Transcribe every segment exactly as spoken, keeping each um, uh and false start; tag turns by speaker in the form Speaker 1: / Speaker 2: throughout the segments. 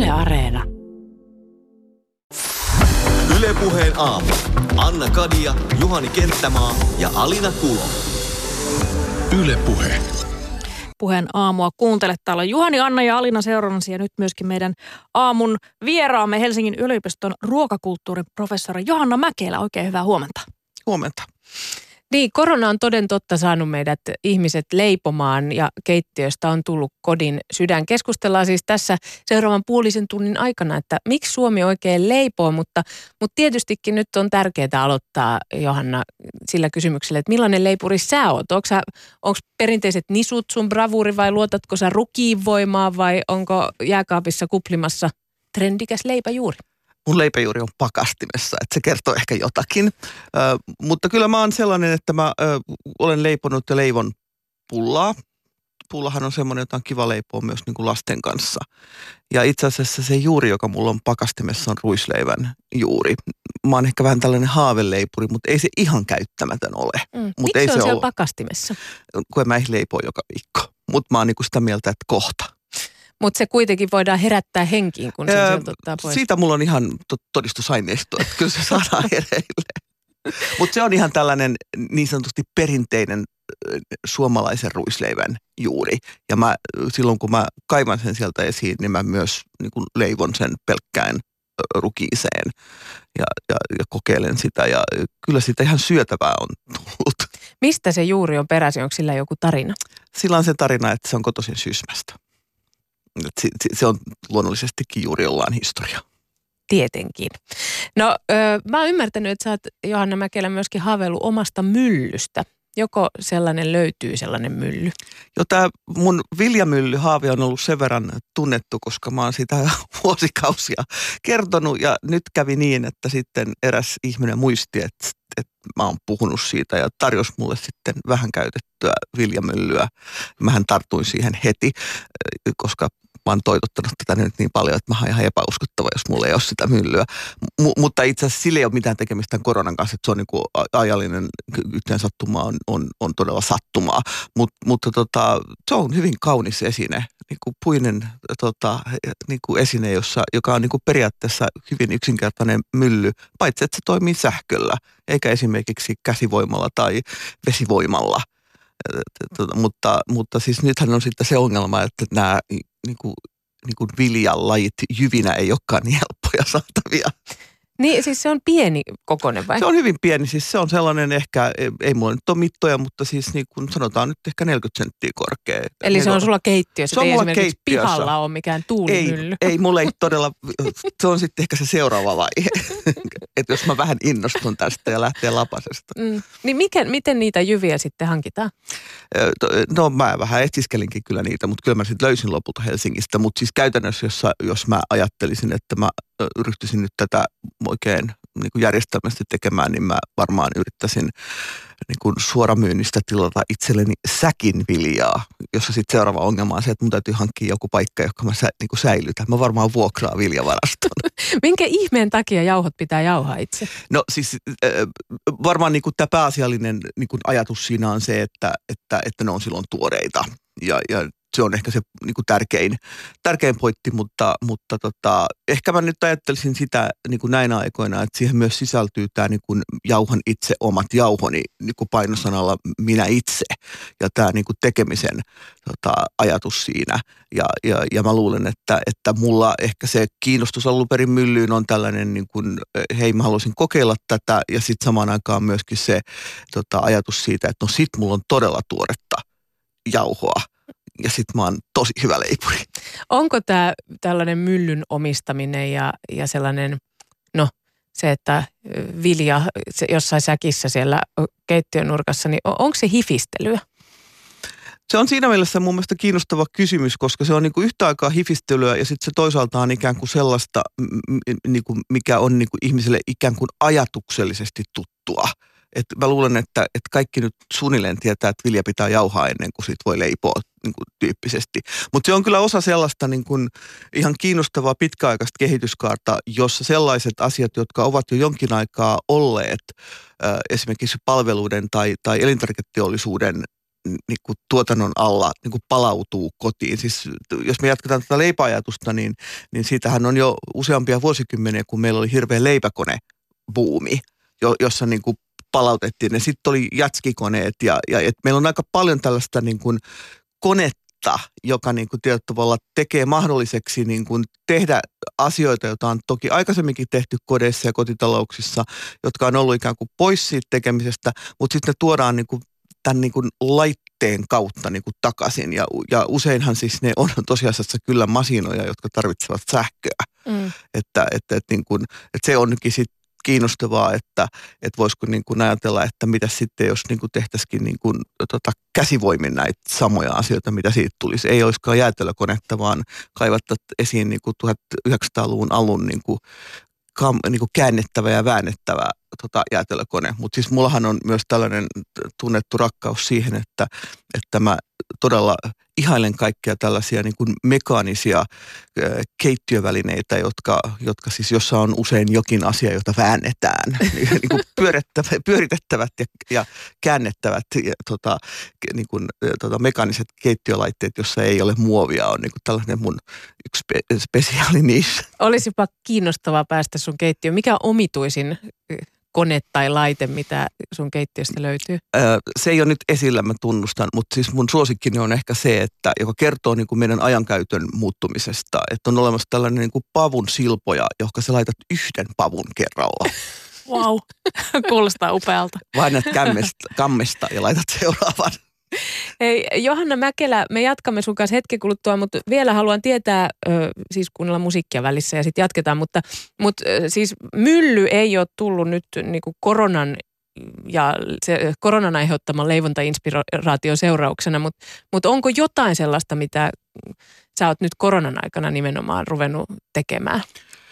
Speaker 1: Yle Areena.
Speaker 2: Yle Puheen aamu. Anna Kadia, Juhani Kenttämaa ja Alina Kulo.
Speaker 3: Yle Puhe.
Speaker 1: Puheen aamua kuuntele. Täällä on Juhani, Anna ja Alina seurannasi ja nyt myöskin meidän aamun vieraamme Helsingin yliopiston ruokakulttuurin professori Johanna Mäkelä. Oikein hyvää huomenta.
Speaker 4: Huomenta.
Speaker 5: Niin, korona on toden totta saanut meidät ihmiset leipomaan ja keittiöstä on tullut kodin sydän. Keskustellaan siis tässä seuraavan puolisen tunnin aikana, että miksi Suomi oikein leipoo, mutta, mutta tietystikin nyt on tärkeää aloittaa, Johanna, sillä kysymyksellä, että millainen leipuri sä oot? Onko perinteiset nisut sun bravuuri vai luotatko sä rukiin voimaa vai onko jääkaapissa kuplimassa trendikäs leipäjuuri?
Speaker 4: Mun leipäjuuri on pakastimessa, että se kertoo ehkä jotakin. Ö, mutta kyllä mä oon sellainen, että mä ö, olen leiponut ja leivon pullaa. Pullahan on semmoinen, jota on kiva leipoa myös niin kuin lasten kanssa. Ja itse asiassa se juuri, joka mulla on pakastimessa, on ruisleivän juuri. Mä oon ehkä vähän tällainen haaveleipuri, mutta ei se ihan käyttämätön ole.
Speaker 5: Mm.
Speaker 4: Mut
Speaker 5: Miksi
Speaker 4: ei
Speaker 5: se on
Speaker 4: se
Speaker 5: siellä
Speaker 4: ole,
Speaker 5: pakastimessa?
Speaker 4: kun mä leipoo joka viikko. Mutta mä oon niin kuin sitä mieltä, että kohta.
Speaker 5: Mutta se kuitenkin voidaan herättää henkiin, kun se
Speaker 4: Öö,
Speaker 5: sieltä ottaa pois.
Speaker 4: Siitä mulla on ihan to- todistusaineisto, että kyllä se saadaan hereille. Mutta se on ihan tällainen niin sanotusti perinteinen äh, suomalaisen ruisleivän juuri. Ja mä, silloin kun mä kaivan sen sieltä esiin, niin mä myös niin kun leivon sen pelkkään äh, rukiiseen ja, ja, ja kokeilen sitä. Ja kyllä siitä ihan syötävää on tullut.
Speaker 5: Mistä se juuri on peräisin? Onko sillä joku tarina?
Speaker 4: Sillä on se tarina, että se on kotoisin Sysmästä. Se on luonnollisestikin juuri jollain historia.
Speaker 5: Tietenkin. No, öö, mä oon ymmärtänyt, että sä oot, Johanna Mäkelä, myöskin haaveillut omasta myllystä. Joko sellainen löytyy, sellainen mylly?
Speaker 4: Jo tämä mun viljamylly haave on ollut sen verran tunnettu, koska mä oon sitä vuosikausia kertonut. Ja nyt kävi niin, että sitten eräs ihminen muisti, että, että mä oon puhunut siitä ja tarjosi mulle sitten vähän käytettyä viljamyllyä. Mähän tartuin siihen heti, koska mä oon toitottanut tätä nyt niin paljon, että mä oon ihan epäuskottava, jos mulla ei ole sitä myllyä. M- mutta itse asiassa sillä ei ole mitään tekemistä tämän koronan kanssa, että se on niin kuin ajallinen yhteen sattuma on, on, on todella sattumaa. Mut, mutta tota, se on hyvin kaunis esine, niin kuin puinen tota, niin kuin esine, jossa, joka on niin kuin periaatteessa hyvin yksinkertainen mylly, paitsi että se toimii sähköllä, eikä esimerkiksi käsivoimalla tai vesivoimalla. Tota, mutta, mutta siis nythän on sitten se ongelma, että nämä niin kuin, niin kuin viljalajit jyvinä ei olekaan niin helppoja saatavia.
Speaker 5: Niin, siis se on pieni kokoinen vai?
Speaker 4: Se on hyvin pieni, siis se on sellainen ehkä, ei mulla nyt ole mittoja, mutta siis niin kuin sanotaan nyt ehkä neljäkymmentä senttiä korkea.
Speaker 5: Eli se on sulla keittiössä,
Speaker 4: se on
Speaker 5: ei
Speaker 4: mulla
Speaker 5: esimerkiksi
Speaker 4: keittiössä.
Speaker 5: Pihalla ole mikään tuulimylly.
Speaker 4: Ei, ei mulla ei todella, se on sitten ehkä se seuraava vaihe, että jos mä vähän innostun tästä ja lähtee lapasesta.
Speaker 5: Mm. Niin mikä, miten niitä jyviä sitten hankitaan?
Speaker 4: No mä vähän etsiskelinkin kyllä niitä, mutta kyllä mä sitten löysin lopulta Helsingistä. Mutta siis käytännössä, jos, jos mä ajattelisin, että mä ryhtyisin nyt tätä oikein niin kuin järjestelmästi tekemään, niin mä varmaan yrittäisin niin kuin suoramyynnistä tilata itselleni säkin viljaa, jossa sitten seuraava ongelma on se, että mun täytyy hankkia joku paikka, joka mä sä, niin kuin säilytän. Mä varmaan vuokraa viljavaraston.
Speaker 5: Minkä ihmeen takia jauhot pitää jauhaa itse?
Speaker 4: No siis äh, varmaan niin kuin tämä pääasiallinen niin kuin ajatus siinä on se, että, että, että ne on silloin tuoreita ja, ja se on ehkä se niin kuin tärkein, tärkein pointti, mutta, mutta tota, ehkä mä nyt ajattelisin sitä niin kuin näinä aikoina, että siihen myös sisältyy tämä niin kuin jauhan itse omat jauhoni niin kuin painosanalla minä itse ja tämä niin kuin tekemisen tota, ajatus siinä. Ja, ja, ja mä luulen, että, että mulla ehkä se kiinnostus alun perin myllyyn on tällainen niin kuin, hei mä haluaisin kokeilla tätä ja sitten samaan aikaan myöskin se tota, ajatus siitä, että no sit mulla on todella tuoretta jauhoa. Ja sit mä oon tosi hyvä leipuri.
Speaker 5: Onko tämä tällainen myllyn omistaminen ja, ja sellainen, no se, että vilja se jossain säkissä siellä keittiön nurkassa, niin onko se hifistelyä?
Speaker 4: Se on siinä mielessä mun mielestä kiinnostava kysymys, koska se on niin kuin yhtä aikaa hifistelyä ja sitten se toisaalta on ikään kuin sellaista, niin kuin mikä on niin kuin ihmiselle ikään kuin ajatuksellisesti tuttua. Et mä luulen, että, että kaikki nyt suunnilleen tietää, että vilja pitää jauhaa ennen kuin siitä voi leipoa niin kuin tyyppisesti. Mutta se on kyllä osa sellaista niin kuin ihan kiinnostavaa pitkäaikaista kehityskaarta, jossa sellaiset asiat, jotka ovat jo jonkin aikaa olleet äh, esimerkiksi palveluiden tai, tai elintarviketeollisuuden niin kuin tuotannon alla niin kuin palautuu kotiin. Siis jos me jatketaan tätä leipäajatusta, niin, niin siitähän on jo useampia vuosikymmeniä, kun meillä oli hirveä leipäkonebuumi, jo, jossa niin kuin palautettiin. Ja sitten oli jatskikoneet ja, ja et meillä on aika paljon tällaista niin kuin konetta, joka niin kuin tietyllä tavalla tekee mahdolliseksi niin kuin tehdä asioita, joita on toki aikaisemminkin tehty kodeissa ja kotitalouksissa, jotka on ollut ikään kuin pois siitä tekemisestä, mutta sitten ne tuodaan niin kuin tämän niin kuin laitteen kautta niin kuin takaisin. Ja, ja useinhan siis ne on tosiasiassa kyllä masinoja, jotka tarvitsevat sähköä. Mm. Että, että, että, niin kuin, että se onkin sitten kiinnostavaa, että, että voisiko niin kuin ajatella, että mitä sitten, jos niin kuin tehtäisikin niin kuin, tota, käsivoimin näitä samoja asioita, mitä siitä tulisi. Ei olisikaan jäätelökonetta, vaan kaivattaisiin esiin niin kuin tuhatyhdeksänsataaluvun alun niin kuin, kam, niin kuin käännettävä ja väännettävä tota, jäätelökone. Mutta siis mullahan on myös tällainen tunnettu rakkaus siihen, että, että mä todella ihailen kaikkia tällaisia niin kuin mekaanisia keittiövälineitä, jotka, jotka siis, jossa on usein jokin asia, jota väännetään. niin kuin pyöritettävät ja, ja käännettävät ja, tota, niin kuin, tota, mekaaniset keittiölaitteet, jossa ei ole muovia, on niin kuin tällainen mun yksi spe, spesiaali niissä.
Speaker 5: Olisipa kiinnostavaa päästä sun keittiöön. Mikä on omituisin kone tai laite, mitä sun keittiöstä löytyy?
Speaker 4: Öö, se ei ole nyt esillä, mä tunnustan, mutta siis mun suosikkini on ehkä se, että joka kertoo niin kuin meidän ajankäytön muuttumisesta, että on olemassa tällainen niin kuin pavun silpoja, johon sä laitat yhden pavun kerralla.
Speaker 1: Vau, wow. Kuulostaa upealta.
Speaker 4: Vainat kammesta, kammesta ja laitat seuraavan.
Speaker 5: Hei, Johanna Mäkelä, me jatkamme sun kanssa hetken kuluttua, mutta vielä haluan tietää, ö, siis kuunnella musiikkia välissä ja sitten jatketaan, mutta, mutta ö, siis mylly ei ole tullut nyt niinku koronan ja se, koronan aiheuttaman leivontainspiraation seurauksena, mutta, mutta onko jotain sellaista, mitä sä oot nyt koronan aikana nimenomaan ruvennut tekemään?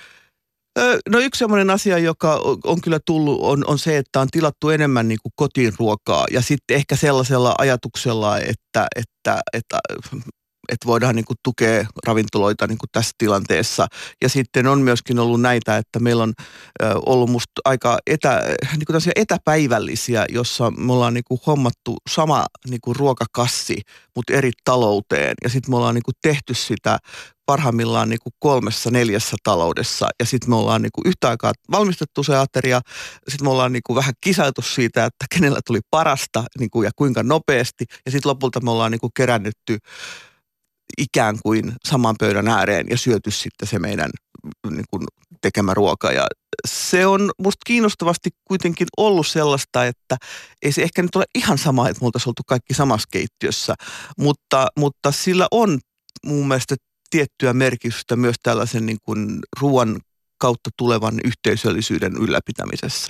Speaker 4: No yksi sellainen asia, joka on kyllä tullut, on, on se, että on tilattu enemmän niin kuin kotiin ruokaa ja sitten ehkä sellaisella ajatuksella, että, että, että, että voidaan niin kuin tukea ravintoloita niin kuin tässä tilanteessa. Ja sitten on myöskin ollut näitä, että meillä on ollut musta aika etä, niin kuin etäpäivällisiä, jossa me ollaan niin kuin hommattu sama niin kuin ruokakassi, mutta eri talouteen. Ja sitten me ollaan niin kuin tehty sitä parhaimmillaan niin kuin kolmessa, neljässä taloudessa. Ja sitten me ollaan niin kuin yhtä aikaa valmistettu se ateria. Sitten me ollaan niin kuin vähän kisailtu siitä, että kenellä tuli parasta niin kuin ja kuinka nopeasti. Ja sitten lopulta me ollaan niin kuin kerännytty ikään kuin saman pöydän ääreen ja syöty sitten se meidän niin kuin tekemä ruoka. Ja se on musta kiinnostavasti kuitenkin ollut sellaista, että ei se ehkä nyt ole ihan sama, että me oltaisiin oltu kaikki samassa keittiössä. Mutta, mutta sillä on mun mielestä tiettyä merkitystä myös tällaisen niin kuin ruoan kautta tulevan yhteisöllisyyden ylläpitämisessä.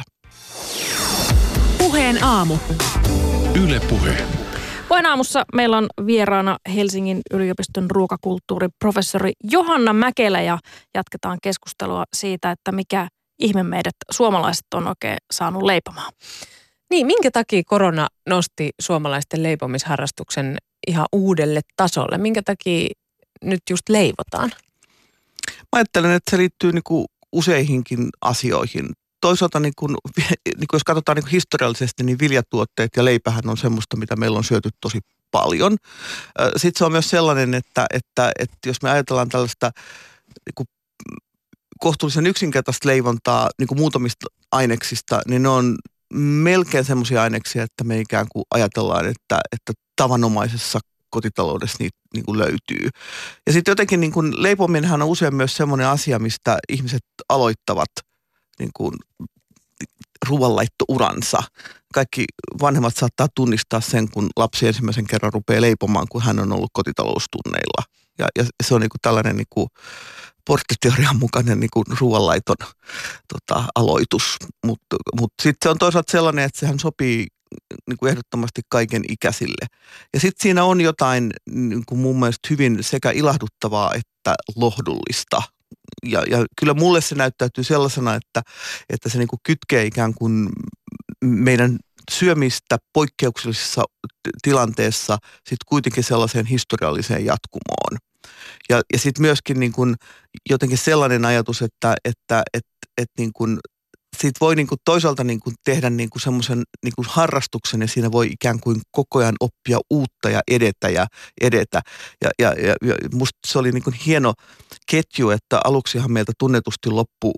Speaker 3: Puheen aamu. Yle Puhe.
Speaker 1: Puheen aamussa meillä on vieraana Helsingin yliopiston ruokakulttuurin professori Johanna Mäkelä ja jatketaan keskustelua siitä, että mikä ihme meidät suomalaiset on oikein saanut leipomaan.
Speaker 5: Niin, minkä takia korona nosti suomalaisten leipomisharrastuksen ihan uudelle tasolle? Minkä takia nyt just leivotaan?
Speaker 4: Mä ajattelen, että se liittyy niin kuin useihinkin asioihin. Toisaalta niin kuin, niin kuin jos katsotaan niin kuin historiallisesti, niin viljatuotteet ja leipähän on semmoista, mitä meillä on syöty tosi paljon. Sitten se on myös sellainen, että, että, että jos me ajatellaan tällaista niin kuin kohtuullisen yksinkertaista leivontaa niin kuin muutamista aineksista, niin ne on melkein semmoisia aineksia, että me ikään kuin ajatellaan, että, että tavanomaisessa kotitaloudessa niitä niin kuin löytyy. Ja sitten jotenkin niin kuin leipominenhan on usein myös semmoinen asia, mistä ihmiset aloittavat niin kuin ruoanlaittouransa. Kaikki vanhemmat saattaa tunnistaa sen, kun lapsi ensimmäisen kerran rupeaa leipomaan, kun hän on ollut kotitaloustunneilla. Ja, ja se on niin kuin tällainen niin kuin porttiteorian mukainen niin kuin ruoanlaiton tota, aloitus. Mutta mut sitten se on toisaalta sellainen, että sehän sopii niin kuin ehdottomasti kaiken ikäisille. Ja sitten siinä on jotain niin kuin mun mielestä hyvin sekä ilahduttavaa että lohdullista. Ja, ja kyllä mulle se näyttäytyy sellaisena, että, että se niin kuin kytkee ikään kuin meidän syömistä poikkeuksellisessa tilanteessa sitten kuitenkin sellaiseen historialliseen jatkumoon. Ja, ja sitten myöskin niin kuin jotenkin sellainen ajatus, että, että, että, että niin kuin siitä voi niin kuin toisaalta niin kuin tehdä niin kuin semmoisen niin kuin harrastuksen ja siinä voi ikään kuin koko ajan oppia uutta ja edetä ja edetä. Ja, ja, ja, ja musta se oli niin kuin hieno ketju, että aluksihan meiltä tunnetusti loppu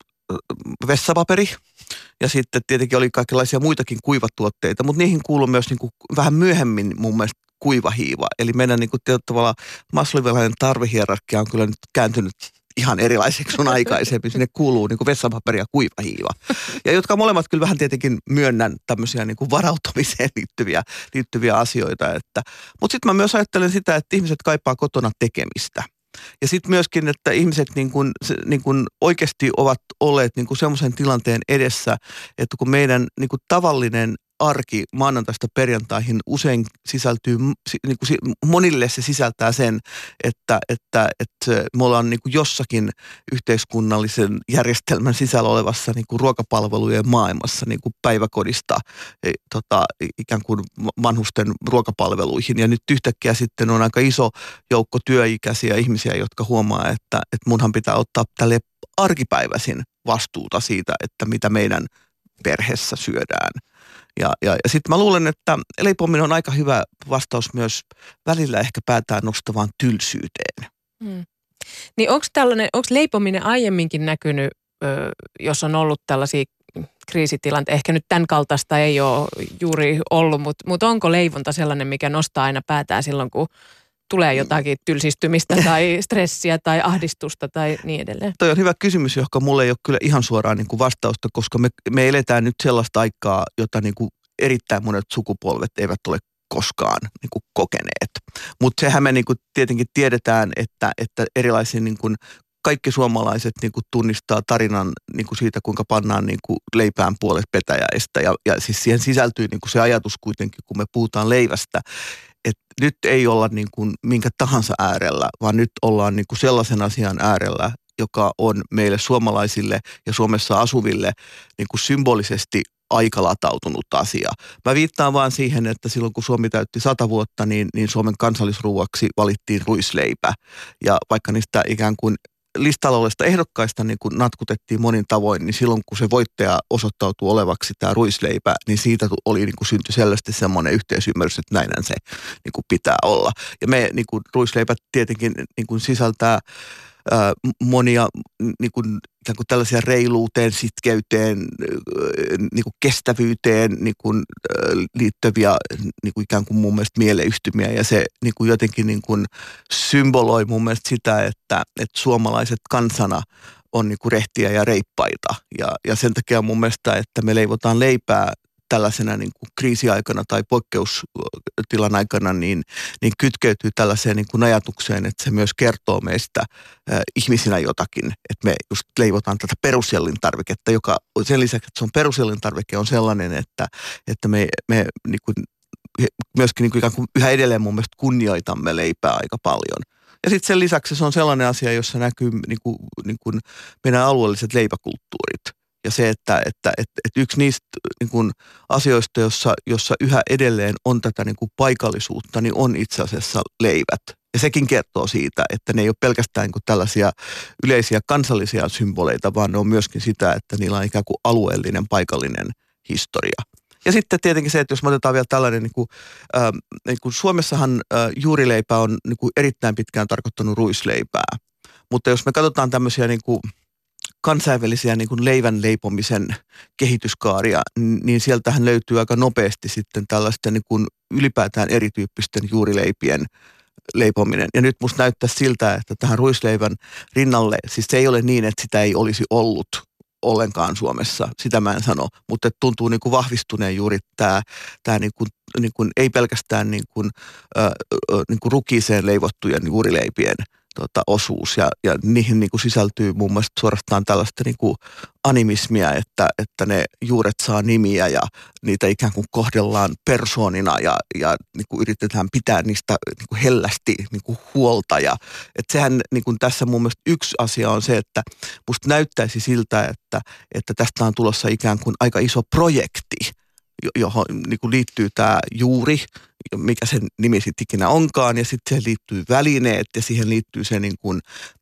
Speaker 4: vessapaperi ja sitten tietenkin oli kaikenlaisia muitakin kuivatuotteita, mutta niihin kuului myös niin kuin vähän myöhemmin mun mielestä kuivahiiva. Eli meidän niin kuin tavallaan Maslowilainen tarvehierarkia on kyllä nyt kääntynyt ihan erilaiseksi kuin aikaisemmin. Sinne kuuluu niin kuin vessapaperi ja kuivahiiva. Ja jotka molemmat kyllä vähän tietenkin myönnän tämmöisiä niin kuin varautumiseen liittyviä, liittyviä asioita. Että. Mutta sitten mä myös ajattelen sitä, että ihmiset kaipaa kotona tekemistä. Ja sitten myöskin, että ihmiset niin kuin, niin kuin oikeasti ovat olleet niin kuin semmoisen tilanteen edessä, että kun meidän niin kuin tavallinen arki maanantaista perjantaihin usein sisältyy, niin kuin monille se sisältää sen, että, että, että me ollaan niin kuin jossakin yhteiskunnallisen järjestelmän sisällä olevassa niin kuin ruokapalvelujen maailmassa niin kuin päiväkodista e, tota, ikään kuin vanhusten ruokapalveluihin. Ja nyt yhtäkkiä sitten on aika iso joukko työikäisiä ihmisiä, jotka huomaa, että, että munhan pitää ottaa tälle arkipäiväisin vastuuta siitä, että mitä meidän perheessä syödään. Ja, ja, ja sitten mä luulen, että leipominen on aika hyvä vastaus myös välillä ehkä päätään nostavaan tylsyyteen.
Speaker 5: Hmm. Niin onko tällainen, onko leipominen aiemminkin näkynyt, ö, jos on ollut tällaisia kriisitilanteita, ehkä nyt tämän kaltaista ei ole juuri ollut, mutta, mutta onko leivonta sellainen, mikä nostaa aina päätään silloin, kun tulee jotakin tylsistymistä tai stressiä tai ahdistusta tai niin edelleen?
Speaker 4: Toi on hyvä kysymys, johon mulle ei ole kyllä ihan suoraan niin kuin vastausta, koska me, me eletään nyt sellaista aikaa, jota niin kuin erittäin monet sukupolvet eivät ole koskaan niin kuin kokeneet. Mutta sehän me niin kuin tietenkin tiedetään, että, että erilaisia niin kuin kaikki suomalaiset niin kuin tunnistaa tarinan niin kuin siitä, kuinka pannaan niin kuin leipään puolet petäjäistä. Ja, ja siis siihen sisältyy niin kuin se ajatus kuitenkin, kun me puhutaan leivästä, että nyt ei olla niin kuin minkä tahansa äärellä, vaan nyt ollaan niin kuin sellaisen asian äärellä, joka on meille suomalaisille ja Suomessa asuville niin kuin symbolisesti aikalatautunut asia. Mä viittaan vaan siihen, että silloin kun Suomi täytti sata vuotta, niin, niin Suomen kansallisruuaksi valittiin ruisleipä. Ja vaikka niistä ikään kuin listalla olevista ehdokkaista niin kun natkutettiin monin tavoin, niin silloin kun se voittaja osoittautui olevaksi tämä ruisleipä, niin siitä oli niin kuin syntyi selvästi semmoinen yhteisymmärrys, että näinhän se niin kuin pitää olla. Ja me niin kuin ruisleipä tietenkin niin kuin sisältää ää, monia niin kuin, ikään kuin tällaisia reiluuteen, sitkeyteen, niin kuin kestävyyteen niin kuin, liittyviä niin kuin ikään kuin mun mielestä mieleyhtymiä. Ja se niin kuin jotenkin niin kuin symboloi mun mielestä sitä, että, että suomalaiset kansana on niin kuin rehtiä ja reippaita. Ja, ja sen takia mun mielestä, että me leivotaan leipää tällaisena niin kuin kriisiaikana tai poikkeustilan aikana, niin, niin kytkeytyy tällaiseen niin kuin ajatukseen, että se myös kertoo meistä äh, ihmisinä jotakin. Että me just leivotaan tätä peruselintarviketta, joka sen lisäksi, että se on peruselintarvike, on sellainen, että, että me, me niin kuin, myöskin niin kuin ikään kuin yhä edelleen mun mielestä kunnioitamme leipää aika paljon. Ja sitten sen lisäksi se on sellainen asia, jossa näkyy niin kuin, niin kuin meidän alueelliset leipäkulttuurit. Ja se, että, että, että, että yksi niistä niin kuin asioista, jossa, jossa yhä edelleen on tätä niin kuin paikallisuutta, niin on itse asiassa leivät. Ja sekin kertoo siitä, että ne ei ole pelkästään niin kuin tällaisia yleisiä kansallisia symboleita, vaan ne on myöskin sitä, että niillä on ikään kuin alueellinen, paikallinen historia. Ja sitten tietenkin se, että jos me otetaan vielä tällainen, niin kuin, äh, niin kuin Suomessahan äh, juurileipä on niin kuin erittäin pitkään tarkoittanut ruisleipää. Mutta jos me katsotaan tämmöisiä niin kuin kansainvälisiä niin kuin leivän leipomisen kehityskaaria, niin sieltähän löytyy aika nopeasti sitten tällaisten niin kuin ylipäätään erityyppisten juurileipien leipominen. Ja nyt musta näyttää siltä, että tähän ruisleivän rinnalle, siis se ei ole niin, että sitä ei olisi ollut ollenkaan Suomessa, sitä mä en sano, mutta tuntuu niin kuin vahvistuneen juuri tämä, tämä niin kuin, niin kuin, ei pelkästään niin kuin, äh, niin kuin rukiiseen leivottujen juurileipien Tota, osuus ja, ja niihin niin kuin sisältyy muun muassa suorastaan tällaista niin kuin animismia, että, että ne juuret saa nimiä ja niitä ikään kuin kohdellaan persoonina ja, ja niin kuin yritetään pitää niistä niin kuin hellästi niin kuin huolta. Ja, että sehän niin kuin tässä mun mielestä yksi asia on se, että musta näyttäisi siltä, että, että tästä on tulossa ikään kuin aika iso projekti, johon niin kuin liittyy tämä juuri, mikä sen nimi sitten ikinä onkaan, ja sitten siihen liittyy välineet, ja siihen liittyy se niin kuin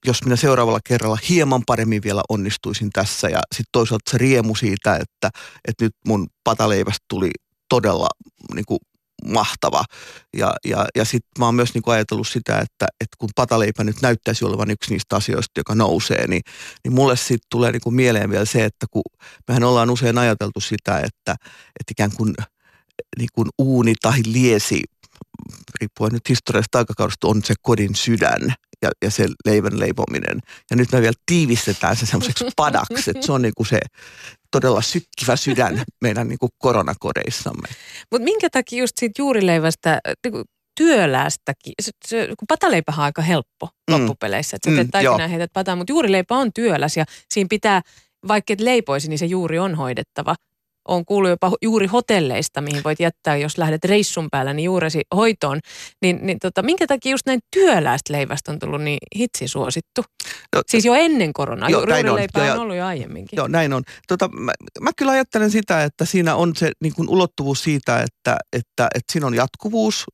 Speaker 4: jos minä seuraavalla kerralla hieman paremmin vielä onnistuisin tässä. Ja sitten toisaalta se riemu siitä, että, että nyt mun pataleivästä tuli todella niin kuin mahtava. Ja, ja, ja sitten mä oon myös niin kuin ajatellut sitä, että, että kun pataleipä nyt näyttäisi olevan yksi niistä asioista, joka nousee, niin, niin mulle sitten tulee niin kuin mieleen vielä se, että kun mehän ollaan usein ajateltu sitä, että, että ikään kuin, niin kuin uuni tai liesi, riippuen nyt historiallisesta aikakaudesta, on se kodin sydän ja, ja se leivän leipominen. Ja nyt me vielä tiivistetään se semmoiseksi padaksi, että se on niin kuin se todella sykkivä sydän meidän niin kuin koronakodeissamme.
Speaker 5: Mutta minkä takia just siitä juurileivästä, niin työläästäkin, se, se, kun pataleipähän on aika helppo mm. loppupeleissä, että sä teet mm, taikinaan heität pataan, mutta juurileipä on työläs ja siinä pitää, vaikka et leipoisi, niin se juuri on hoidettava. On kuullut jopa juuri hotelleista, mihin voit jättää, jos lähdet reissun päällä, niin juuresi hoitoon. Niin, niin tota, minkä takia just näin työläästä leivästä on tullut niin hitsi suosittu? No, siis jo ennen koronaa. Juurileipää on, on ollut jo aiemminkin.
Speaker 4: Joo, näin on. Tota, mä, mä kyllä ajattelen sitä, että siinä on se niin kuin ulottuvuus siitä, että, että, että siinä on jatkuvuus.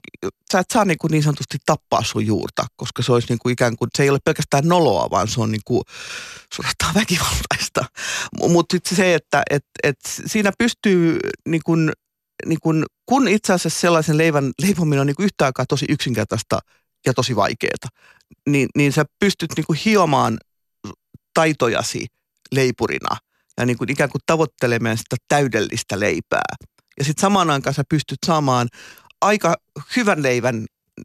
Speaker 4: Sä et saa niin, kuin niin sanotusti tappaa sun juurta, koska se olisi niin kuin ikään kuin, se ei ole pelkästään noloa, vaan se on niin kuin suorastaan väkivaltaista. Mutta sitten se, että et, et siinä pystyy niin kuin, niin kuin, kun itse asiassa sellaisen leivän leipominen on niin kuin yhtä aikaa tosi yksinkertaista ja tosi vaikeaa, niin, niin sä pystyt niin kuin hiomaan taitojasi leipurina ja niin kuin ikään kuin tavoittelemaan sitä täydellistä leipää. Ja sitten samaan aikaan sä pystyt saamaan aika hyvän leivän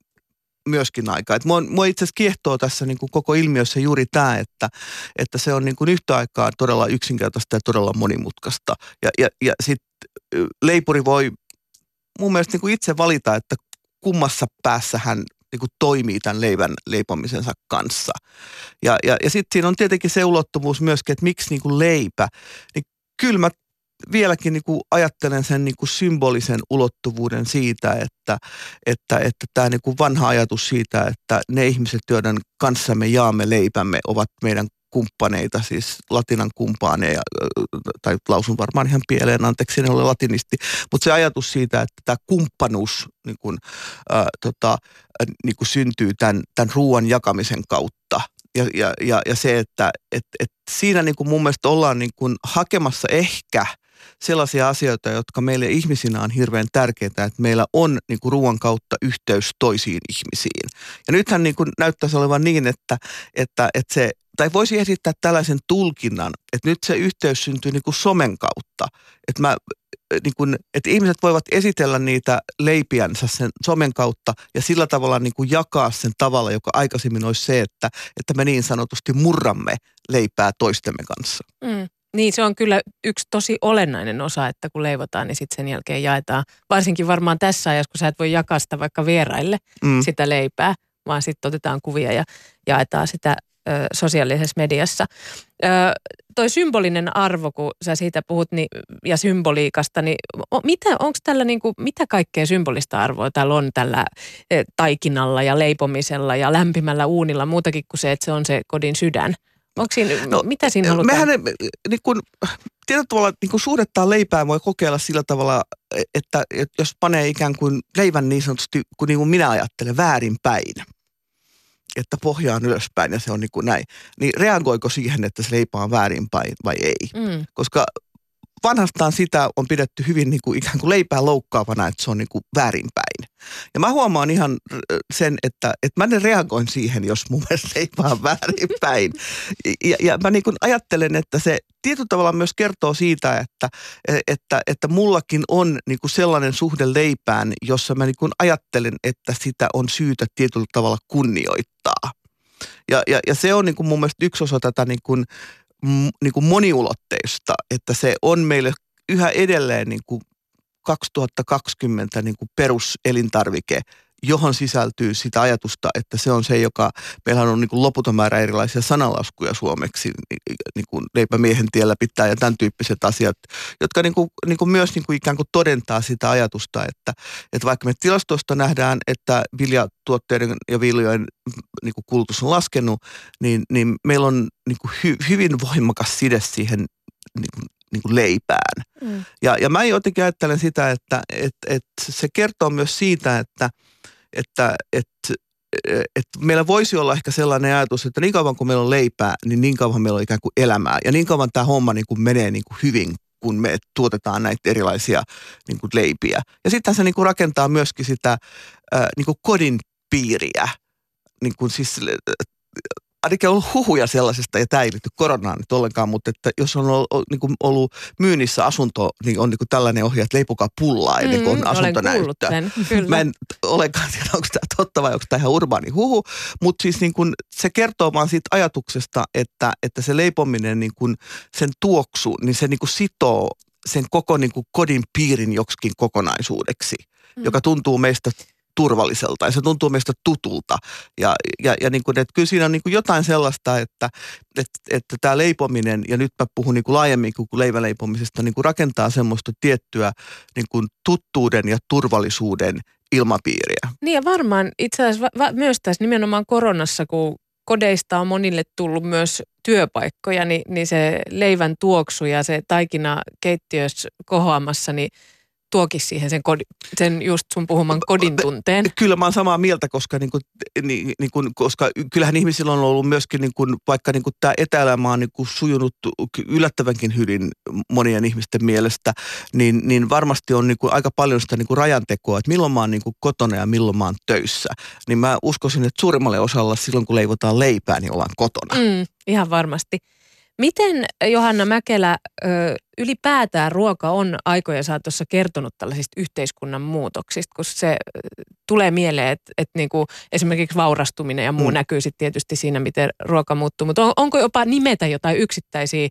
Speaker 4: myöskin aikaa. Mua, mua itse asiassa kiehtoo tässä niin kuin koko ilmiössä juuri tämä, että, että se on niin kuin yhtä aikaa todella yksinkertaista ja todella monimutkaista. Ja, ja, ja sitten leipuri voi mun mielestä niin kuin itse valita, että kummassa päässä hän niin kuin toimii tämän leivän leipomisensa kanssa. Ja, ja, ja sitten siinä on tietenkin se ulottuvuus myöskin, että miksi niin kuin leipä, niin kyllä mä vieläkin niin kuin ajattelen sen niin kuin symbolisen ulottuvuuden siitä, että, että, että tämä niin kuin vanha ajatus siitä, että ne ihmiset, joiden kanssa me jaamme leipämme, ovat meidän kumppaneita, siis latinan kumpaaneja, tai lausun varmaan ihan pieleen, anteeksi, en ole latinisti, mutta se ajatus siitä, että tämä kumppanuus niin kuin, äh, tota, niin kuin syntyy tämän, tämän ruoan jakamisen kautta. Ja, ja, ja, ja se, että et, et siinä niin kuin mun mielestä ollaan niin kuin hakemassa ehkä sellaisia asioita, jotka meille ihmisinä on hirveän tärkeitä, että meillä on niin kuin ruoan kautta yhteys toisiin ihmisiin. Ja nythän niin kuin näyttäisi olevan niin, että, että, että se, tai voisi esittää tällaisen tulkinnan, että nyt se yhteys syntyy niin kuin somen kautta. Että mä niin kuin, että ihmiset voivat esitellä niitä leipiänsä sen somen kautta ja sillä tavalla niin kuin jakaa sen tavalla, joka aikaisemmin olisi se, että, että me niin sanotusti murramme leipää toistemme kanssa.
Speaker 5: Mm. Niin, se on kyllä yksi tosi olennainen osa, että kun leivotaan, niin sitten sen jälkeen jaetaan. Varsinkin varmaan tässä ajassa, kun sä et voi jakaa sitä vaikka vieraille, mm. sitä leipää, vaan sitten otetaan kuvia ja jaetaan sitä ö, sosiaalisessa mediassa. Ö, toi symbolinen arvo, kun sä siitä puhut niin, ja symboliikasta, niin o, mitä, onko tällä niinku, mitä kaikkea symbolista arvoa täällä on tällä e, taikinalla ja leipomisella ja lämpimällä uunilla, muutakin kuin se, että se on se kodin sydän? Onko siinä, no, mitä siinä halutaan?
Speaker 4: Mehän niin kun, tietyllä tavalla niin kun suhdettaan leipää voi kokeilla sillä tavalla, että, että jos panee ikään kuin leivän niin sanotusti, kun niin kuin minä ajattelen, väärinpäin, että pohja on ylöspäin ja se on niin kuin näin, niin reagoiko siihen, että se leipä on väärinpäin vai ei? Mm. Koska vanhastaan sitä on pidetty hyvin niin kuin ikään kuin leipää loukkaavana, että se on niin kuin väärinpäin. Ja mä huomaan ihan sen, että, että mä en reagoin siihen, jos mun mielestä leipä on väärinpäin. Ja, ja mä niin kuin ajattelen, että se tietyllä tavalla myös kertoo siitä, että, että, että mullakin on niin kuin sellainen suhde leipään, jossa mä niin kuin ajattelen, että sitä on syytä tietyllä tavalla kunnioittaa. Ja, ja, ja se on niin kuin mun mielestä yksi osa tätä niin kuin niin kuin moniulotteista, että se on meille yhä edelleen niin kuin kaksituhattakaksikymmentä niin kuin peruselintarvike, johon sisältyy sitä ajatusta, että se on se, joka, meillähän on niin kuin loputon määrä erilaisia sananlaskuja suomeksi, niin kuin leipämiehen tiellä pitää ja tämän tyyppiset asiat, jotka niin kuin, niin kuin myös niin kuin ikään kuin todentaa sitä ajatusta, että, että vaikka me tilastoista nähdään, että viljatuotteiden ja viljojen niin kuin kulutus on laskenut, niin, niin meillä on niin kuin hy, hyvin voimakas side siihen niin kuin, niin kuin leipään. Mm. Ja, ja mä jotenkin ajattelen sitä, että et, et se kertoo myös siitä, että Että, että, että meillä voisi olla ehkä sellainen ajatus, että niin kauan kuin meillä on leipää, niin niin kauan meillä on ikään kuin elämää. Ja niin kauan tämä homma niin kuin menee niin kuin hyvin, kun me tuotetaan näitä erilaisia niin kuin leipiä. Ja sitten se niin kuin rakentaa myöskin sitä ää, niin kuin kodin piiriä. Niin kuin siis, ainakin on ollut huhuja sellaisesta, ja tämä ei liity koronaan nyt ollenkaan, mutta että jos on ollut, niin kuin ollut myynnissä asunto, niin on niin kuin tällainen ohje, että leipokaa pullaa ennen kuin on asunto näyttää. Mä en olekaan tiedä, onko tämä totta vai onko tämä ihan urbaani huhu, mutta siis niin kuin se kertoo vaan siitä ajatuksesta, että, että se leipominen, niin kuin sen tuoksu, niin se niin kuin sitoo sen koko niin kuin kodin piirin joksikin kokonaisuudeksi, mm. joka tuntuu meistä turvalliselta ja se tuntuu meistä tutulta. Ja, ja, ja niin kuin, että kyllä siinä on niin kuin jotain sellaista, että, että, että tämä leipominen, ja nyt mä puhun niin kuin laajemmin kuin leiväleipomisesta, niin kuin rakentaa semmoista tiettyä niin kuin tuttuuden ja turvallisuuden ilmapiiriä.
Speaker 5: Niin ja varmaan itse asiassa va- va- myös tässä nimenomaan koronassa, kun kodeista on monille tullut myös työpaikkoja, niin, niin se leivän tuoksu ja se taikina keittiössä kohoamassa, niin tuokin siihen sen, kodi, sen just sun puhuman kodin tunteen.
Speaker 4: Kyllä mä oon samaa mieltä, koska, niin kuin, niin, niin kuin, koska kyllähän ihmisillä on ollut myöskin, niin kuin, vaikka niin kuin tämä etäelämä on niin kuin sujunut yllättävänkin hyvin monien ihmisten mielestä, niin, niin varmasti on niin kuin aika paljon sitä niin kuin rajantekoa, että milloin mä oon niin kuin kotona ja milloin mä oon töissä. Niin mä uskoisin, että suurimmalle osalla silloin, kun leivotaan leipää, niin ollaan kotona.
Speaker 5: Mm, ihan varmasti. Miten, Johanna Mäkelä, ylipäätään ruoka on aikojen saatossa kertonut tällaisista yhteiskunnan muutoksista, kun se tulee mieleen, että, että niin kuin esimerkiksi vaurastuminen ja muu mm. näkyy sitten tietysti siinä, miten ruoka muuttuu. Mutta on, onko jopa nimetä jotain yksittäisiä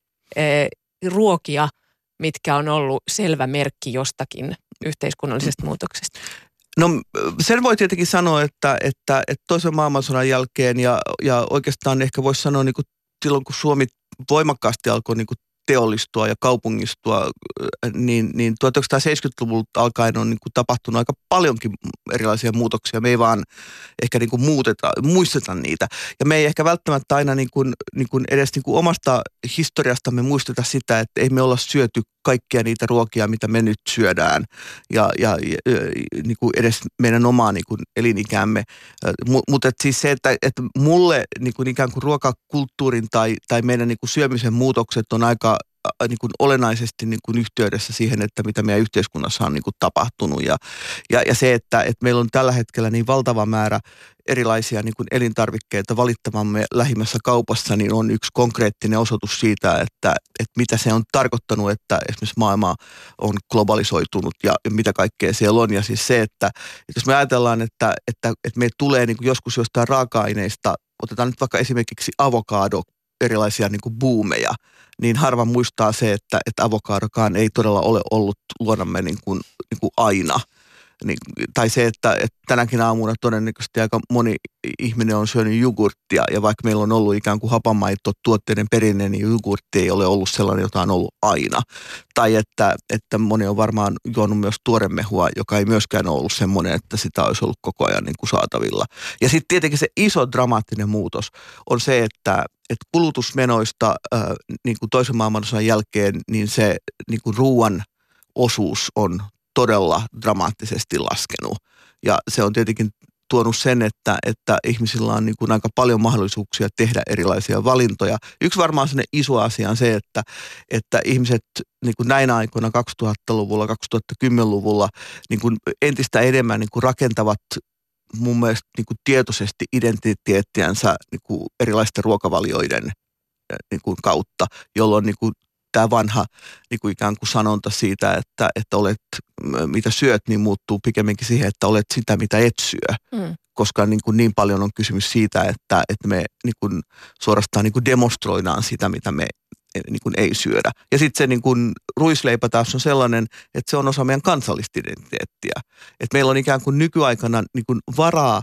Speaker 5: eh, ruokia, mitkä on ollut selvä merkki jostakin yhteiskunnallisesta muutoksesta?
Speaker 4: No sen voi tietenkin sanoa, että, että, että toisen maailmansodan jälkeen ja, ja oikeastaan ehkä voisi sanoa niin kuin silloin, kun Suomi voimakkaasti alkoi niin kuin teollistua ja kaupungistua, niin, niin tuhatyhdeksänsataaseitsemänkymmentäluvulta alkaen on niin kuin tapahtunut aika paljonkin erilaisia muutoksia. Me ei vaan ehkä niin kuin muuteta, muisteta niitä. Ja me ei ehkä välttämättä aina niin kuin, niin kuin edes niin kuin omasta historiastamme muisteta sitä, että ei me olla syöty kaikkia niitä ruokia, mitä me nyt syödään, ja, ja, ja niin kuin edes meidän omaa niin kuin elinikäämme. Mutta siis se, että, että mulle niin kuin ikään kuin ruokakulttuurin tai, tai meidän niin kuin syömisen muutokset on aika niin kuin olennaisesti niin kuin yhteydessä siihen, että mitä meidän yhteiskunnassa on niin kuin tapahtunut. Ja, ja, ja se, että, että meillä on tällä hetkellä niin valtava määrä erilaisia niin kuin elintarvikkeita valittavamme lähimmässä kaupassa, niin on yksi konkreettinen osoitus siitä, että, että mitä se on tarkoittanut, että esimerkiksi maailma on globalisoitunut ja, ja mitä kaikkea siellä on. Ja siis se, että, että jos me ajatellaan, että, että, että meille tulee niin kuin joskus jostain raaka-aineista, otetaan nyt vaikka esimerkiksi avokado, erilaisia niin kuin buumeja, niin harva muistaa se, että, että avokadokaan ei todella ole ollut luonnamme niin kuin, niin kuin aina. Niin, tai se, että, että tänäkin aamuna todennäköisesti aika moni ihminen on syönyt jogurttia, ja vaikka meillä on ollut ikään kuin hapamaito tuotteiden perinne, niin jogurtti ei ole ollut sellainen, jota on ollut aina. Tai että, että moni on varmaan juonut myös tuoremehua, joka ei myöskään ole ollut semmoinen, että sitä olisi ollut koko ajan niin kuin saatavilla. Ja sitten tietenkin se iso dramaattinen muutos on se, että, että kulutusmenoista äh, niin kuin toisen maailmansodan jälkeen, niin se niin kuin ruoan osuus on todella dramaattisesti laskenut. Ja se on tietenkin tuonut sen, että, että ihmisillä on niin kuin aika paljon mahdollisuuksia tehdä erilaisia valintoja. Yksi varmaan sellainen iso asia on se, että, että ihmiset niin kuin näinä aikoina kaksituhattaluvulla, kaksituhattakymmenluvulla niin kuin entistä enemmän niin kuin rakentavat mun mielestä niin kuin tietoisesti identiteettiänsä niin kuin erilaisten ruokavalioiden niin kuin kautta, jolloin niin kuin tämä vanha niin kuin ikään kuin sanonta siitä, että, että olet, mitä syöt, niin muuttuu pikemminkin siihen, että olet sitä, mitä et syö. Mm. Koska niin, kuin niin paljon on kysymys siitä, että, että me niin kuin suorastaan niin kuin demonstroidaan sitä, mitä me niin kuin ei syödä. Ja sitten se niin kuin ruisleipä taas on sellainen, että se on osa meidän kansallista identiteettiä. Että meillä on ikään kuin nykyaikana niin kuin varaa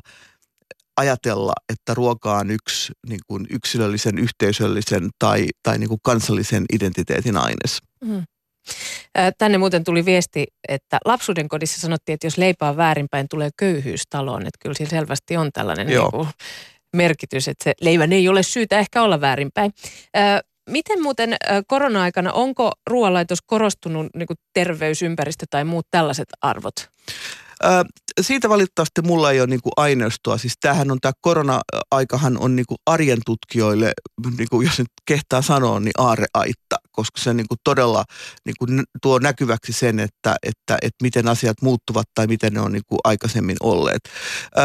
Speaker 4: ajatella, että ruoka on yksi niin kuin yksilöllisen, yhteisöllisen tai, tai niin kuin kansallisen identiteetin aines.
Speaker 5: Mm. Tänne muuten tuli viesti, että lapsuuden kodissa sanottiin, että jos leipä on väärinpäin, tulee köyhyys taloon. Että kyllä siinä selvästi on tällainen niin kuin merkitys, että se leivän ei ole syytä ehkä olla väärinpäin. Miten muuten korona-aikana, onko ruoanlaitos korostunut niin kuin terveys, ympäristö tai muut tällaiset arvot?
Speaker 4: Ö, siitä valitettavasti mulla ei ole niinku aineistoa. Siis tämähän on, tämä korona-aikahan on niinku arjen tutkijoille, niinku jos nyt kehtaa sanoa, niin aarreaitta, koska se niinku todella niinku tuo näkyväksi sen, että, että, että miten asiat muuttuvat tai miten ne on niinku aikaisemmin olleet. Ö,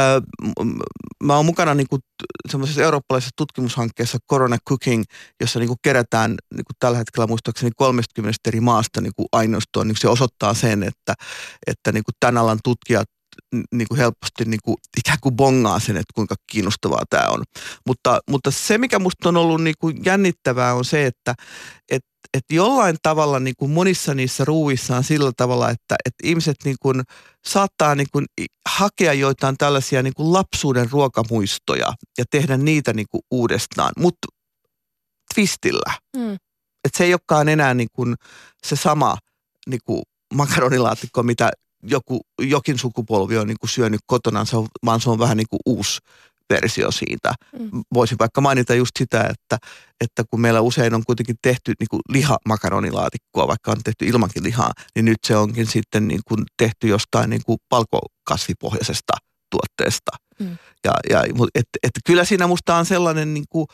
Speaker 4: mä oon mukana niinku semmoisessa eurooppalaisessa tutkimushankkeessa Corona Cooking, jossa niinku kerätään niinku tällä hetkellä muistaakseni kolmekymmentä eri maasta niinku aineistoa. Niinku se osoittaa sen, että, että niinku tämän alan tutkijat niinku helposti niinku ikään kuin bongaa sen, että kuinka kiinnostavaa tämä on. Mutta, mutta se, mikä musta on ollut niinku jännittävää, on se, että et, et jollain tavalla niinku monissa niissä ruuissa on sillä tavalla, että et ihmiset niinku saattaa niinku hakea joitain tällaisia niinku lapsuuden ruokamuistoja ja tehdä niitä niinku uudestaan, mutta twistillä. Mm. Että se ei olekaan enää niinku se sama niinku makaronilaatikko, mitä joku, jokin sukupolvi on niin kuin syönyt kotona, vaan se on vähän niin kuin uusi versio siitä. Mm. Voisin vaikka mainita just sitä, että, että kun meillä usein on kuitenkin tehty niin kuin lihamakaronilaatikkoa, vaikka on tehty ilmankin lihaa, niin nyt se onkin sitten niin kuin tehty jostain niin kuin palkokasvipohjaisesta tuotteesta. Mm. Ja, ja, et, et kyllä siinä musta on sellainen niin kuin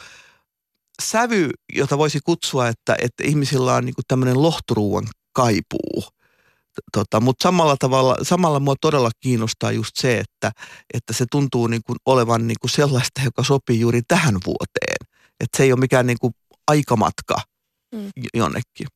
Speaker 4: sävy, jota voisi kutsua, että, että ihmisillä on niin kuin tämmöinen lohturuuan kaipuu. Tota, mutta samalla tavalla, samalla mua todella kiinnostaa just se, että, että se tuntuu niin kuin olevan niin kuin sellaista, joka sopii juuri tähän vuoteen. Että se ei ole mikään niin kuin aikamatka mm. jonnekin.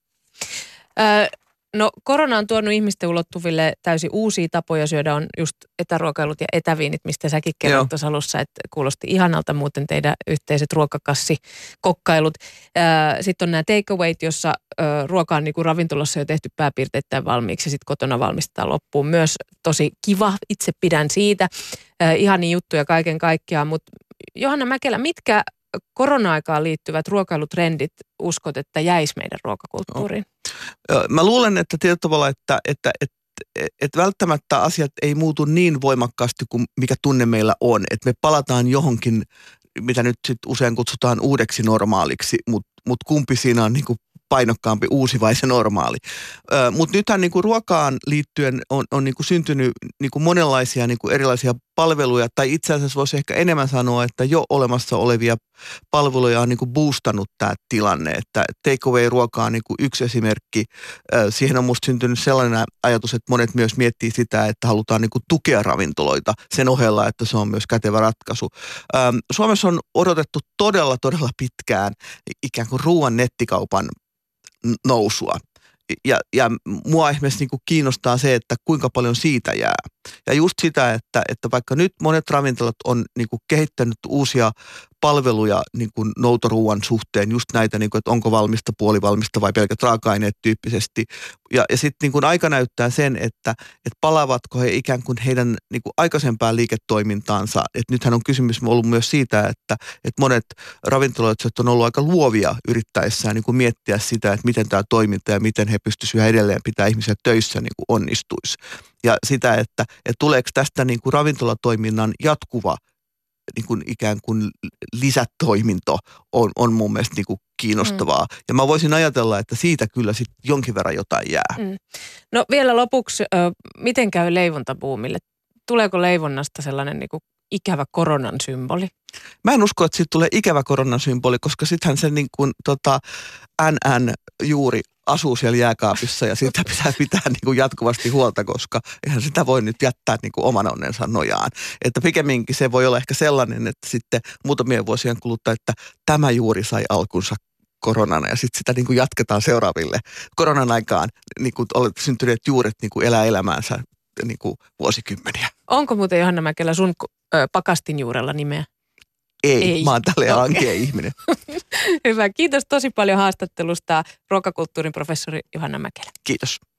Speaker 5: Ö, no korona on tuonut ihmisten ulottuville täysin uusia tapoja syödä, on just etäruokailut ja etäviinit, mistä säkin kerroit tuossa alussa, että kuulosti ihanalta muuten teidän yhteiset ruokakassikokkailut. Sitten on nämä takeawayt, jossa ö, ruoka on niinku ravintolassa jo tehty pääpiirteittäin valmiiksi ja sitten kotona valmistetaan loppuun. Myös tosi kiva, itse pidän siitä. Ö, ihania juttuja kaiken kaikkiaan, mutta Johanna Mäkelä, mitkä korona-aikaan liittyvät ruokailutrendit uskot, että jäisi meidän ruokakulttuuriin?
Speaker 4: No. Mä luulen, että tietyllä tavalla, että, että, että, että välttämättä asiat ei muutu niin voimakkaasti kuin mikä tunne meillä on. Että me palataan johonkin, mitä nyt sit usein kutsutaan uudeksi normaaliksi, mutta mut kumpi siinä on niinku painokkaampi, uusi vai se normaali. Mutta nythän niinku ruokaan liittyen on, on niinku syntynyt niinku monenlaisia niinku erilaisia palveluja, tai itse asiassa voisi ehkä enemmän sanoa, että jo olemassa olevia palveluja on niinku boostannut tämä tilanne, että takeaway-ruoka on niinku yksi esimerkki. Siihen on musta syntynyt sellainen ajatus, että monet myös miettii sitä, että halutaan niinku tukea ravintoloita sen ohella, että se on myös kätevä ratkaisu. Suomessa on odotettu todella, todella pitkään ikään kuin ruoan nettikaupan nousua. Ja, ja mua esimerkiksi niin kuin kiinnostaa se, että kuinka paljon siitä jää. Ja just sitä, että, että vaikka nyt monet ravintolat on niin kuin kehittänyt uusia palveluja niin kuin noutoruuan suhteen, just näitä, niin kuin, että onko valmista, puolivalmista vai pelkät raaka-aineet tyyppisesti. Ja, ja sitten niin kuin aika näyttää sen, että, että palaavatko he ikään kuin heidän niin kuin aikaisempään liiketoimintaansa. Että nythän on kysymys ollut myös siitä, että, että monet ravintoloitsijat on ollut aika luovia yrittäessään niin kuin miettiä sitä, että miten tämä toiminta ja miten he pystyisivät edelleen pitää ihmisiä töissä niin kuin onnistuisi. Ja sitä, että, että tuleeko tästä niin kuin ravintolatoiminnan jatkuva niin kuin ikään kuin lisätoiminto on, on mun mielestä niin kuin kiinnostavaa. Mm. Ja mä voisin ajatella, että siitä kyllä sit jonkin verran jotain jää. Mm.
Speaker 5: No vielä lopuksi, äh, miten käy leivontabuumille? Tuleeko leivonnasta sellainen niin kuin ikävä koronan symboli?
Speaker 4: Mä en usko, että siitä tulee ikävä koronan symboli, koska sittenhän se niin kuin tota, N N juuri asuu siellä jääkaapissa ja siitä pitää pitää niin kuin jatkuvasti huolta, koska eihän sitä voi nyt jättää niin kuin oman onnensa nojaan. Että pikemminkin se voi olla ehkä sellainen, että sitten muutamien vuosien kuluttua, että tämä juuri sai alkunsa koronana ja sitten sitä niin kuin jatketaan seuraaville koronan aikaan, niin kuin olet syntyneet juuret niin kuin elää elämäänsä niin kuin vuosikymmeniä. Onko
Speaker 5: muuten Johanna Mäkelä sun ö, pakastinjuurella nimeä?
Speaker 4: Ei, Ei. Mä oon tälleen okay. ankea ihminen.
Speaker 5: Hyvä, kiitos tosi paljon haastattelusta ruokakulttuurin professori Johanna Mäkelä.
Speaker 4: Kiitos.